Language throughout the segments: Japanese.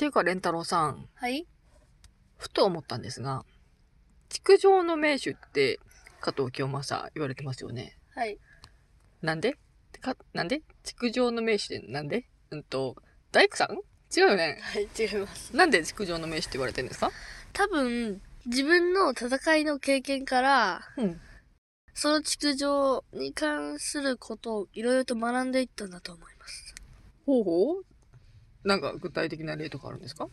ていうか、蓮太郎さん。 はい。 ふと思ったんですが、築城の名手って加藤清正言われてますよね。 はい。 なんで築城の名手ってなんで大工さん違うよね。 はい、違います。 なんで築城の名手って言われてるんですか？ 多分、自分の戦いの経験から、その築城に関することをいろいろと学んでいったんだと思います。 ほうほう。なんか具体的な例とかあるんですか？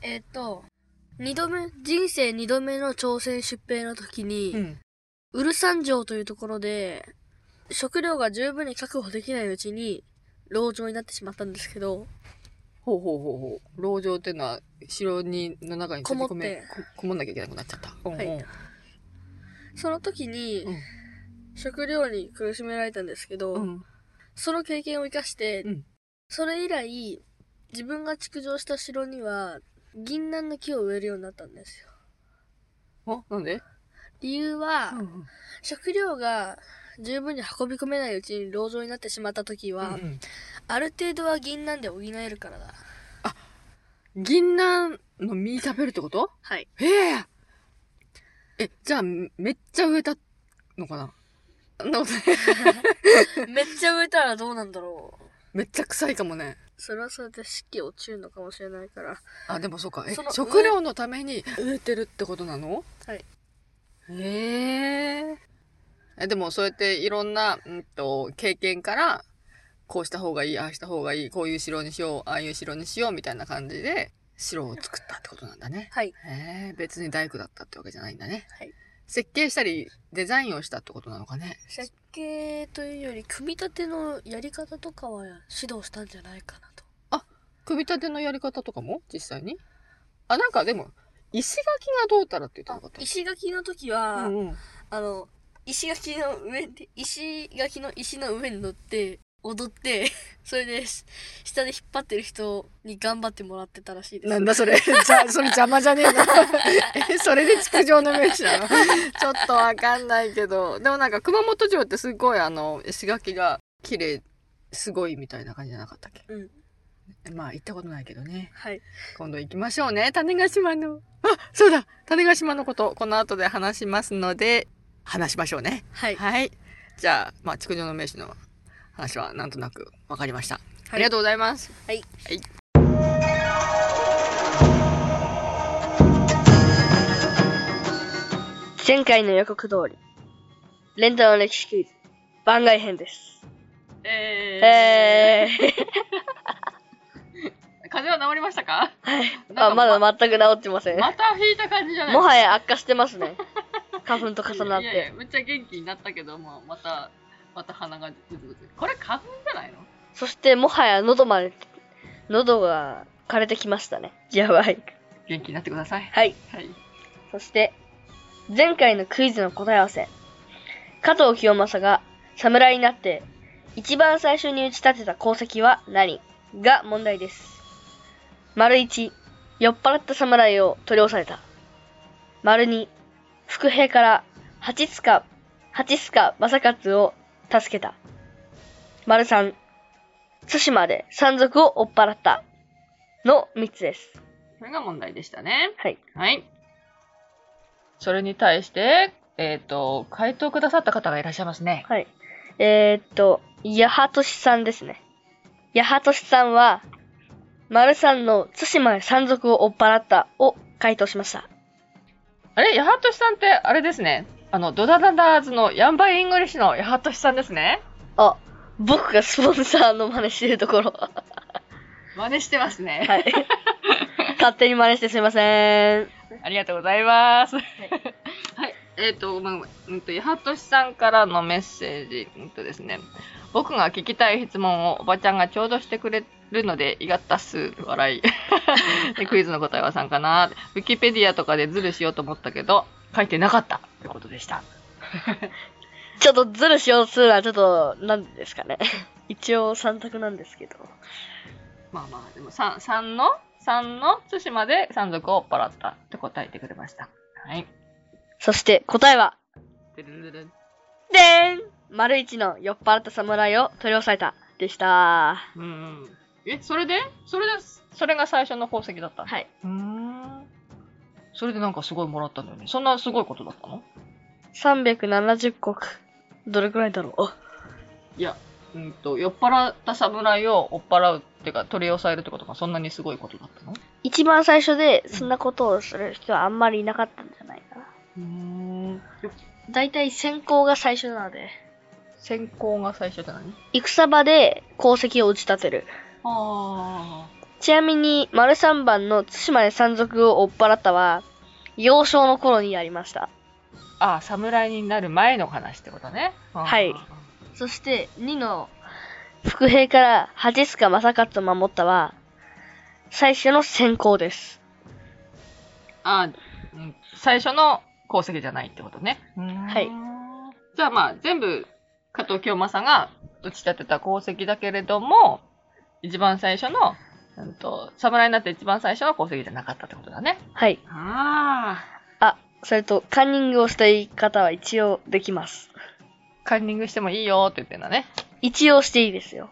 人生2度目の朝鮮出兵の時に、ウルサン城というところで、食料が十分に確保できないうちに、籠城になってしまったんですけど、 ほう。籠城っていうのは、城の中にこもんなきゃいけなくなっちゃった。 はい。その時に、食料に苦しめられたんですけど、その経験を生かして、それ以来、自分が築城した城には、銀杏の木を植えるようになったんですよ。なんで？ 理由は、食料が十分に運び込めないうちに籠城になってしまった時は、ある程度は銀杏で補えるからだ。 あ、銀杏の実食べるってこと？ はい。 じゃあ、めっちゃ植えたのかな？ めっちゃ植えたらどうなんだろう。めっちゃ臭いかもね。 それはそれで湿気落ちるのかもしれないから。 あ、でもそうか。食料のために植えてるってことなの？ はい。 でもそうやっていろんな、経験から、こうした方がいい、ああした方がいい、こういう城にしよう、ああいう城にしようみたいな感じで、城を作ったってことなんだね。 はい。 別に大工だったってわけじゃないんだね。 はい。 設計したり、デザインをしたってことなのかね。 設計というより、組み立てのやり方とかは指導したんじゃないかなと。 あ、組み立てのやり方とかも実際に？なんかでも、石垣がどうたらって言ってなかった？ 石垣の時は、石垣の石の上に乗って、踊って、それで、下で引っ張ってる人に頑張ってもらってたらしいです。 なんだそれ。それ邪魔じゃねえな。それで築城の名手なの？ちょっとわかんないけど。でもなんか熊本城ってすごい石垣が綺麗、すごいみたいな感じじゃなかったっけ？まあ行ったことないけどね。 はい。 今度行きましょうね。種子島の。そうだ。種子島のこと、この後で話しますので、話しましょうね。 はい。 はい。じゃあ、築城の名手の話はなんとなく分かりました。ありがとうございます。 はい。 はい。 前回の予告通り、レンタの歴史クイズ、番外編です。 風邪は治りましたか？ はい。まだ全く治ってません。 また引いた感じじゃない？ もはや悪化してますね。花粉と重なって。 いやめっちゃ元気になったけども、また鼻がグズグズ。これ花粉じゃないの？ そしてもはや喉が枯れてきましたね。やばい。 元気になってください。 はい。そして、前回のクイズの答え合わせ。加藤清正が侍になって一番最初に打ち立てた功績は何が問題です。丸1、酔っ払った侍を取り押さえた。丸2、伏兵から八須賀正勝を助けた。丸3、対馬で山賊を追っ払った。の3つです。 それが問題でしたね。 はい。 はい。それに対して、回答くださった方がいらっしゃいますね。 はい。八幡さんですね。八幡さんは、丸3の対馬で山賊を追っ払ったを回答しました。 あれ八幡さんってあれですね。ドダダダーズのヤンバイイングリッシュの八幡さんですね。 あ、僕がスポンサーの真似してるところ。 真似してますね。 はい。勝手に真似してすいません。 ありがとうございます。はい。八幡さんからのメッセージですね。僕が聞きたい質問をおばちゃんがちょうどしてくれるので、いがったっす。笑い。クイズの答えは3かな。ウィキペディアとかでズルしようと思ったけど、書いてなかったってことでした。 ちょっとズルしようとするのはちょっと、なんですかね。一応3択なんですけど。 まあ、でも3の対馬で山賊を追っ払ったって答えてくれました。はい。 そして答えは、 でーん丸1の酔っ払った侍を取り押さえたでした。 それが最初の宝石だった。 はい。 それでなんかすごいもらったんだよね。そんなすごいことだったの 370石。どれくらいだろう。 いや、酔っ払った侍を追っ払うっていうか、取り押さえるってことがそんなにすごいことだったの？ 一番最初で、そんなことをする人はあんまりいなかったんじゃないかな。だいたい先行が最初なので。 先行が最初って何？ 戦場で鉱石を打ち立てる。ちなみに、丸3番の対馬で山賊を追っ払ったは、幼少の頃にやりました。 侍になる前の話ってことね。 はい。そして、2の伏兵から八須賀正勝を守ったは、最初の先行です。 最初の功績じゃないってことね。 はい。 じゃあ全部、加藤清正が打ち立てた功績だけれども、一番最初の、侍になって一番最初の功績じゃなかったってことだね。 はい。それと、カンニングをしたい方は一応できます。 カンニングしてもいいよって言ってんだね。 一応していいですよ。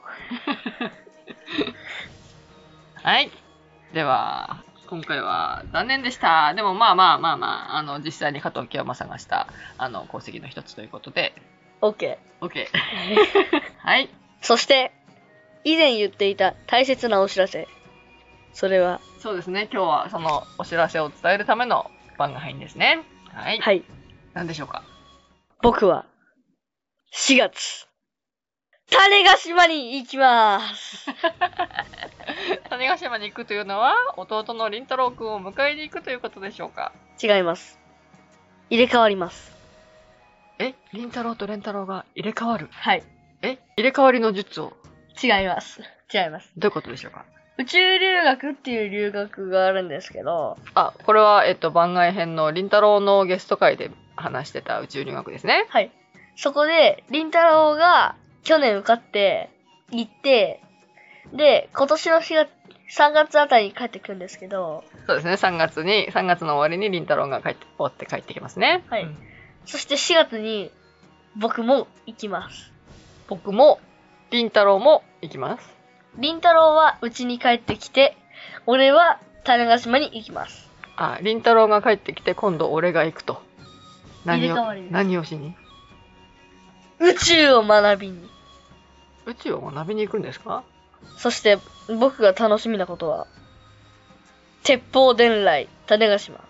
はい。では、今回は残念でした。でも実際に加藤清正がした、功績の一つということで。 OK。 はい。 そして、以前言っていた大切なお知らせ。それは。 そうですね。今日はそのお知らせを伝えるための番外編ですね。はい。 はい。 何でしょうか？ 僕は、4月、種子島に行きます。 種子島に行くというのは、弟の凛太郎くんを迎えに行くということでしょうか？ 違います。入れ替わります。 凛太郎と蓮太郎が入れ替わる？ はい。 入れ替わりの術を？ 違います。 どういうことでしょうか？ 宇宙留学っていう留学があるんですけど。 これは、番外編の凛太郎のゲスト会で話してた宇宙留学ですね。 はい。そこで、凛太郎が去年受かって行って、で、今年の3月あたりに帰ってくるんですけど。 そうですね、3月の終わりに凛太郎が帰ってきますね。 はい。そして4月に僕も行きます。 僕も、凛太郎も行きます。 凛太郎は家に帰ってきて、俺は種子島に行きます。 凛太郎が帰ってきて、今度俺が行くと。 入れ替わりです。 何をしに？ 宇宙を学びに。 宇宙を学びに行くんですか？ そして僕が楽しみなことは、鉄砲伝来種子島。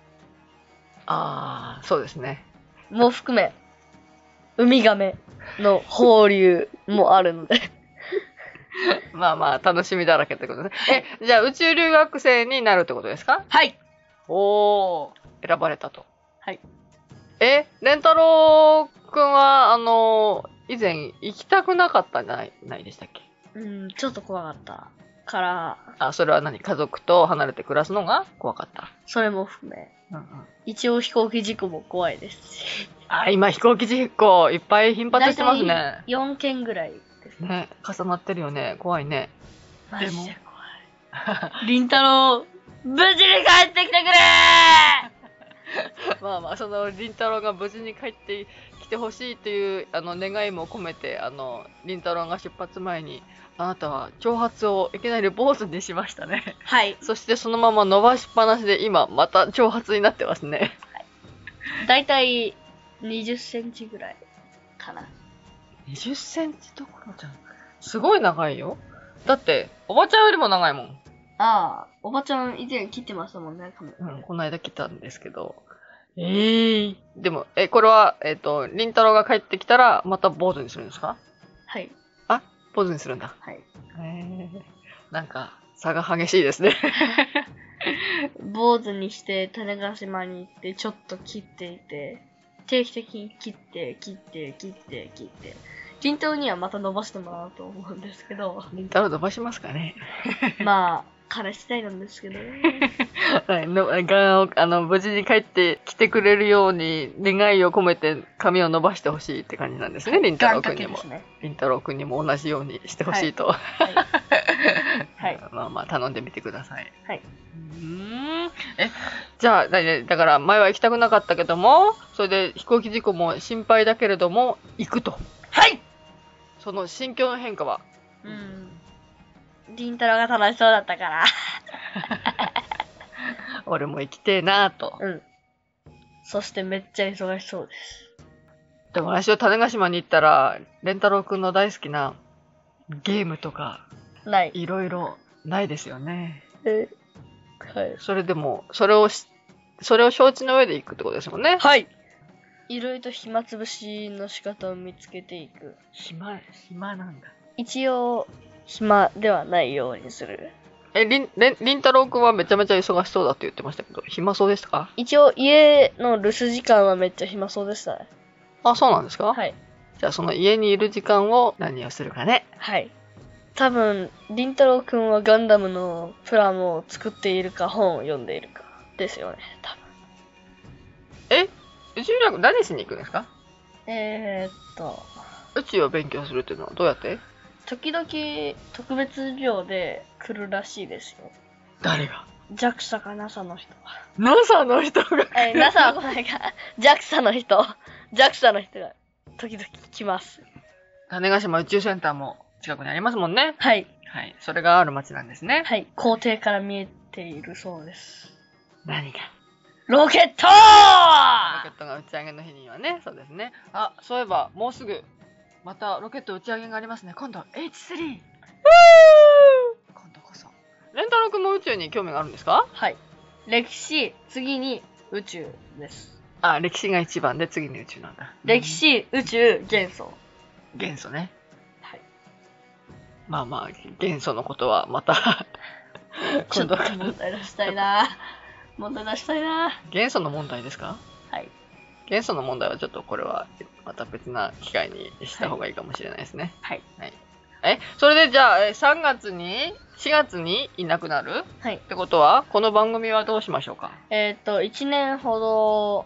そうですね。 も含め、ウミガメの放流もあるので。 楽しみだらけってことね。じゃあ宇宙留学生になるってことですか？ はい。 選ばれたと。 はい。 蓮太郎くんは、以前行きたくなかったんじゃないでしたっけ？ ちょっと怖かったから。 それは何？家族と離れて暮らすのが怖かった？ それも含め。一応飛行機事故も怖いですし。 今飛行機事故いっぱい頻発してますね。 4件ぐらいですね。重なってるよね。怖いね。 マジで怖い。凛太郎、無事に帰ってきてくれーその凛太郎が無事に帰ってきてほしいという願いも込めて、凛太郎が出発前に、あなたは長髪をいきなり坊主にしましたね。 はい。 そしてそのまま伸ばしっぱなしで今また長髪になってますね。 はい。だいたい20センチぐらいかな。 20センチどころじゃん。すごい長いよ。だって、おばちゃんよりも長いもん。 おばちゃん以前切ってましたもんね、 この間切ったんですけど。でも、これは、凛太郎が帰ってきたら、また坊主にするんですか？ はい。 坊主にするんだ。 はい。 なんか、差が激しいですね。 坊主にして、種子島に行って、ちょっと切っていて、定期的に切って。凛太郎にはまた伸ばしてもらおうと思うんですけど。 凛太郎伸ばしますかね？ 彼次第なんですけど。 はい、無事に帰ってきてくれるように願いを込めて髪を伸ばしてほしいって感じなんですね、凛太郎くんにも。凛太郎くんにも同じようにしてほしいと。はい。頼んでみてください。 はい。 じゃあ、だから前は行きたくなかったけども、それで飛行機事故も心配だけれども、行くと。 はい！ その心境の変化は？ りんたろーが楽しそうだったから。 俺も行きてえなーと。 うん。そしてめっちゃ忙しそうです。 でも来週種子島に行ったら、レンタロウくんの大好きなゲームとか、 ない。 いろいろないですよね。 はい。 それでも、それを承知の上で行くってことですもんね。 はい。いろいろと暇つぶしの仕方を見つけていく。 暇なんだ。 一応、暇ではないようにする。 りんたろうくんはめちゃめちゃ忙しそうだって言ってましたけど、暇そうでしたか？ 一応、家の留守時間はめっちゃ暇そうでしたね。 あ、そうなんですか？ はい。 じゃあその家にいる時間を何をするかね。 はい。多分、りんたろうくんはガンダムのプラモを作っているか本を読んでいるかですよね、多分。 宇宙旅行何しに行くんですか？宇宙を勉強するっていうのはどうやって？ 時々特別授業で来るらしいですよ。 誰が？ JAXA か NASA の人は。 NASA の人が NASA は来ないか。JAXA の人が時々来ます。 種子島宇宙センターも近くにありますもんね。 はい。 はい。それがある町なんですね。 はい。校庭から見えているそうです。 何が？ ロケットロケットが打ち上げの日にはね、そうですね。あ、そういえばもうすぐまたロケット打ち上げがありますね。今度 H3。今度こそ。レンタロウくんも宇宙に興味があるんですか？ はい。歴史、次に宇宙です。 あ、歴史が一番で次に宇宙なんだ。 歴史、宇宙、元素。 元素ね。 はい。 まあまあ、元素のことはまたちょっと問題出したいな。 元素の問題ですか？ はい。 元素の問題はちょっとこれはまた別な機会にした方がいいかもしれないですね。 はい。 はい。それでじゃあ、4月にいなくなるはい。 ってことは、この番組はどうしましょうか 1年ほど、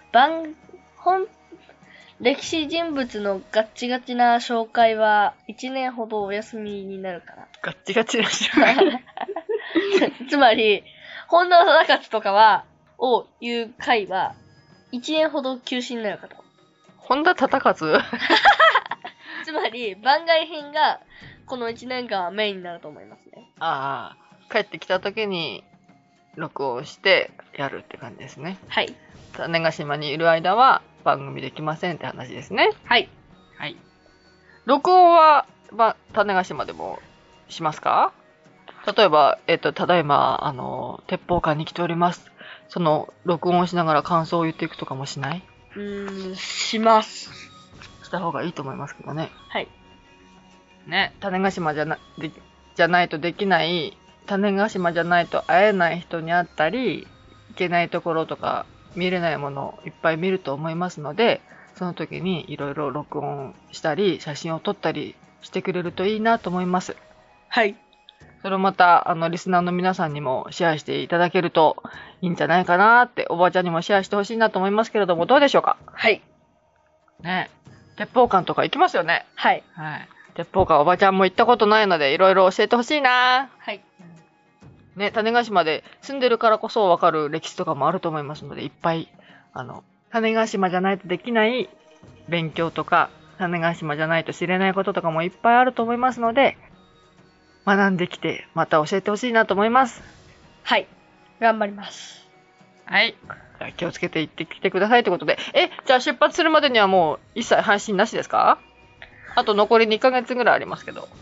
歴史人物のガッチガチな紹介は1年ほどお休みになるかな。 ガッチガチな紹介つまり、本田忠勝とかを言う回は1年ほど休止になるかと。 本田忠勝つまり、番外編がこの1年間はメインになると思いますね。 ああ、帰ってきた時に録音してやるって感じですね。 はい。 種子島にいる間は番組できませんって話ですね。 はい。 はい。録音は、種子島でもしますか？例えば、ただいま、鉄砲館に来ております。その、録音をしながら感想を言っていくとかもしない？ します。 した方がいいと思いますけどね。 はい。 ね、種子島じゃないとできない、種子島じゃないと会えない人に会ったり、行けないところとか、見れないものをいっぱい見ると思いますので、その時にいろいろ録音したり、写真を撮ったりしてくれるといいなと思います。 はい。 それをまた、リスナーの皆さんにもシェアしていただけるといいんじゃないかなって、おばあちゃんにもシェアしてほしいなと思いますけれども、どうでしょうか？ はい。 ね。鉄砲館とか行きますよね。 はい。 はい。鉄砲館おばちゃんも行ったことないので、いろいろ教えてほしいな。 はい。 ね、種子島で住んでるからこそわかる歴史とかもあると思いますので、いっぱい、種子島じゃないとできない勉強とか、種子島じゃないと知れないこととかもいっぱいあると思いますので、学んできて、また教えてほしいなと思います。 はい。頑張ります。 はい。じゃあ気をつけて行ってきてくださいということで。じゃあ出発するまでにはもう一切配信なしですか？あと残り2ヶ月ぐらいありますけど。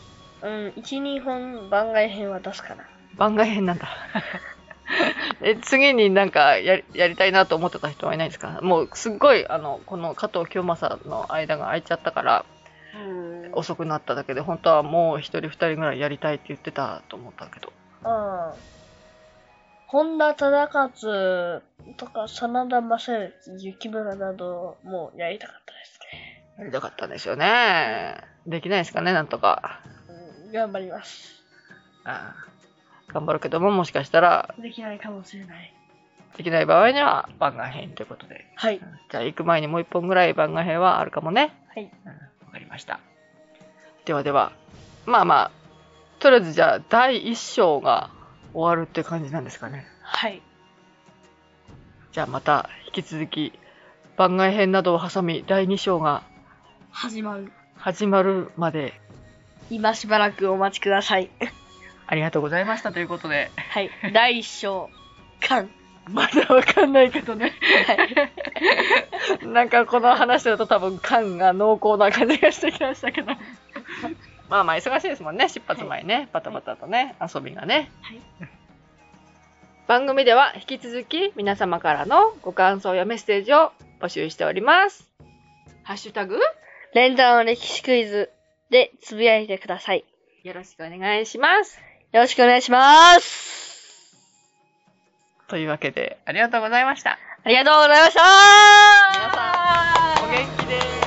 1、2本番外編は出すかな。 番外編なんだ。次になんかやりたいなと思ってた人はいないですか？もうすっごい、この加藤清正の間が空いちゃったから、遅くなっただけで、本当はもう一人二人ぐらいやりたいって言ってたと思ったけど。 本田忠勝とか真田正幸、幸村などもやりたかったですね。 やりたかったんですよね。できないですかね、なんとか。 頑張ります。 頑張るけども、もしかしたらできないかもしれない。 できない場合には番外編ということで。 はい。 じゃあ行く前にもう一本ぐらい番外編はあるかもね。 はい。 わかりました。ではでは、まあまあ、とりあえずじゃあ第1章が終わるって感じなんですかね。 はい。 じゃあまた引き続き番外編などを挟み第2章が始まるまで今しばらくお待ちください。 ありがとうございましたということで。 はい。第1章、缶。 まだわかんないけどね。 はい。 なんかこの話だと多分缶が濃厚な感じがしてきましたけど。まあまあ忙しいですもんね、出発前ね。バタバタとね、遊びがね。 はい。 番組では引き続き皆様からのご感想やメッセージを募集しております。ハッシュタグ連弾の歴史クイズでつぶやいてください。 よろしくお願いします。 よろしくお願いします。 というわけでありがとうございました。 ありがとうございました。 皆さんお元気でーす。